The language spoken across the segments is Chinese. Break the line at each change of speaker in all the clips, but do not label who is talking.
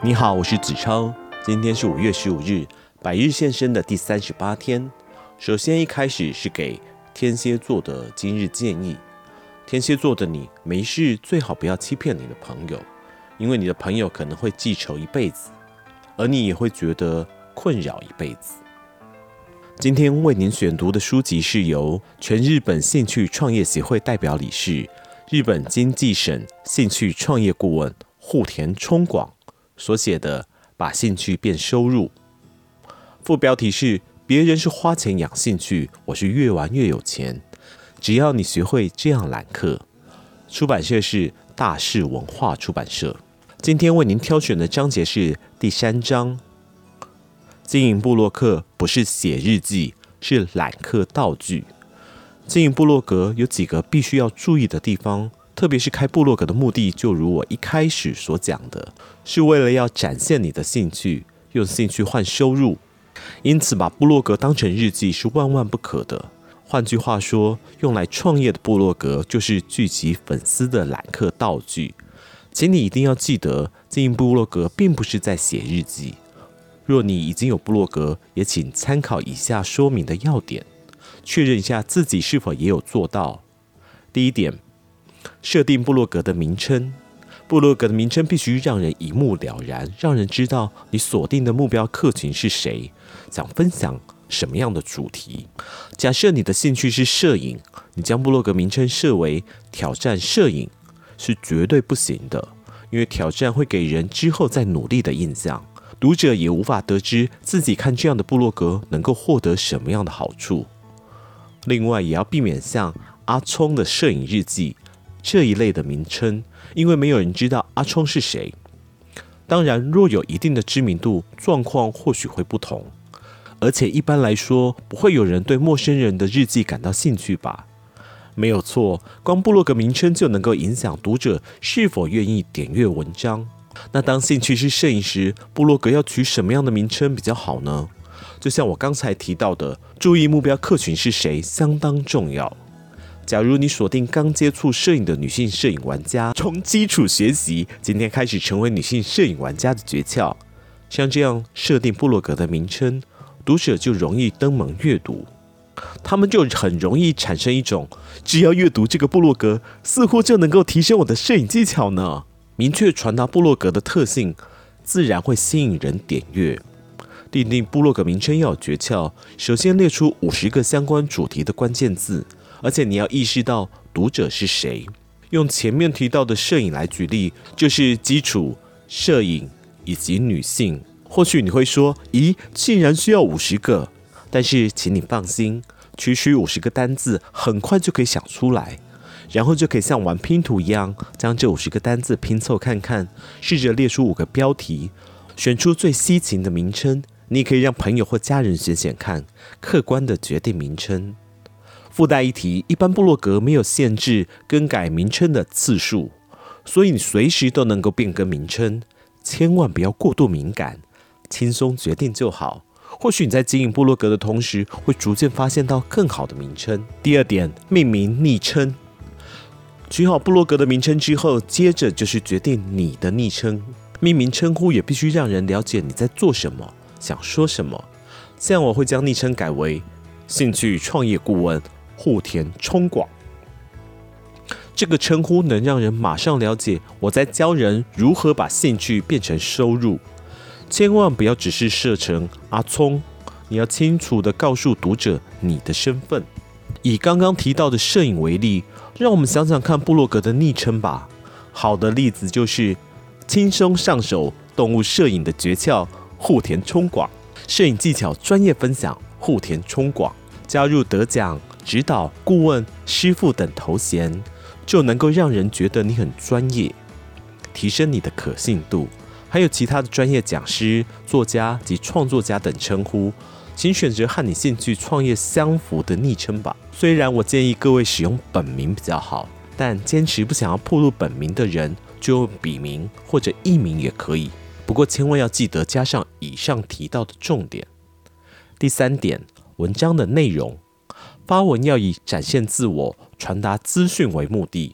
你好，我是子超。今天是5月15日，百日现身的第38天。首先一开始是给天蝎座的今日建议。天蝎座的你，没事最好不要欺骗你的朋友，因为你的朋友可能会记仇一辈子，而你也会觉得困扰一辈子。今天为您选读的书籍是由全日本兴趣创业协会代表理事、日本经济省兴趣创业顾问户田充广所写的《把兴趣变收入》。副标题是别人是花钱养兴趣，我是越玩越有钱，只要你学会这样揽客。出版社是大是文化出版社。今天为您挑选的章节是第3章。经营部落客不是写日记，是揽客道具。经营部落格有几个必须要注意的地方，特别是开部落格的目的，就如我一开始所讲的，是为了要展现你的兴趣，用兴趣换收入。因此把部落格当成日记是万万不可的。换句话说，用来创业的部落格就是聚集粉丝的揽客道具。请你一定要记得，经营部落格并不是在写日记。若你已经有部落格，也请参考以下说明的要点，确认一下自己是否也有做到。第一点，设定部落格的名称。部落格的名称必须让人一目了然，让人知道你锁定的目标客群是谁，想分享什么样的主题。假设你的兴趣是摄影，你将部落格名称设为挑战摄影是绝对不行的，因为挑战会给人之后再努力的印象，读者也无法得知自己看这样的部落格能够获得什么样的好处。另外也要避免像阿聪的摄影日记这一类的名称，因为没有人知道阿聪是谁。当然，若有一定的知名度，状况或许会不同。而且一般来说，不会有人对陌生人的日记感到兴趣吧？没有错，光部落格名称就能够影响读者是否愿意点阅文章。那当兴趣是摄影时，部落格要取什么样的名称比较好呢？就像我刚才提到的，注意目标客群是谁相当重要。假如你锁定刚接触摄影的女性摄影玩家，从基础学习，今天开始成为女性摄影玩家的诀窍。像这样设定部落格的名称，读者就容易登门阅读，他们就很容易产生一种只要阅读这个部落格，似乎就能够提升我的摄影技巧呢。明确传达部落格的特性，自然会吸引人点阅。订定部落格名称要有诀窍，首先列出50个相关主题的关键字，而且你要意识到读者是谁。用前面提到的摄影来举例，就是基础、摄影以及女性。或许你会说，咦，竟然需要50个？但是请你放心，区区50个单字很快就可以想出来，然后就可以像玩拼图一样，将这50个单字拼凑看看，试着列出5个标题，选出最吸睛的名称。你也可以让朋友或家人选选看，客观的决定名称。附带一提，一般部落格没有限制更改名称的次数，所以你随时都能够变更名称，千万不要过度敏感，轻松决定就好。或许你在经营部落格的同时，会逐渐发现到更好的名称。第二点，命名昵称。取好部落格的名称之后，接着就是决定你的昵称。命名称呼也必须让人了解你在做什么，想说什么。像我会将昵称改为兴趣创业顾问户田充广。这个称呼能让人马上了解我在教人如何把兴趣变成收入。千万不要只是设成阿聪，你要清楚地告诉读者你的身份。以刚刚提到的摄影为例，让我们想想看部落格的昵称吧。好的例子就是轻松上手动物摄影的诀窍户田充广，摄影技巧专业分享户田充广，加入得奖、指导、顾问、师傅等头衔，就能够让人觉得你很专业，提升你的可信度。还有其他的专业讲师、作家及创作家等称呼，请选择和你兴趣创业相符的昵称吧。虽然我建议各位使用本名比较好，但坚持不想要暴露本名的人，就用笔名或者艺名也可以。不过千万要记得加上以上提到的重点。第3点，文章的内容。发文要以展现自我、传达资讯为目的。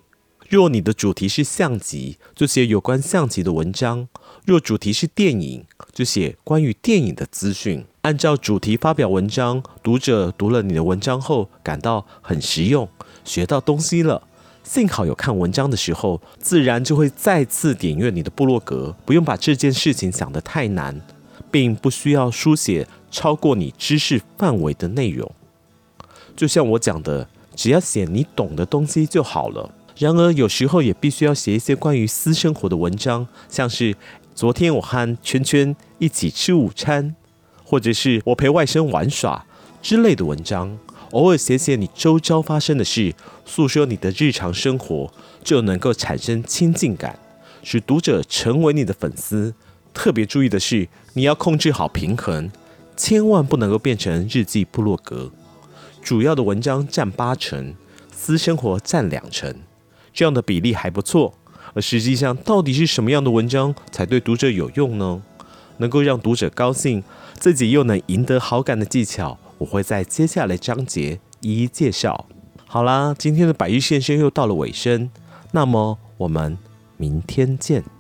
若你的主题是相机，就写有关相机的文章；若主题是电影，就写关于电影的资讯。按照主题发表文章，读者读了你的文章后感到很实用，学到东西了。幸好有看文章的时候，自然就会再次点阅你的部落格，不用把这件事情想得太难，并不需要书写超过你知识范围的内容。就像我讲的，只要写你懂的东西就好了。然而有时候也必须要写一些关于私生活的文章，像是昨天我和圈圈一起吃午餐，或者是我陪外甥玩耍之类的文章。偶尔写写你周遭发生的事，诉说你的日常生活，就能够产生亲近感，使读者成为你的粉丝。特别注意的是，你要控制好平衡，千万不能够变成日记部落格，主要的文章占80%，私生活占2%，这样的比例还不错。而实际上，到底是什么样的文章才对读者有用呢？能够让读者高兴，自己又能赢得好感的技巧，我会在接下来章节一一介绍。好啦，今天的百日现身又到了尾声，那么我们明天见。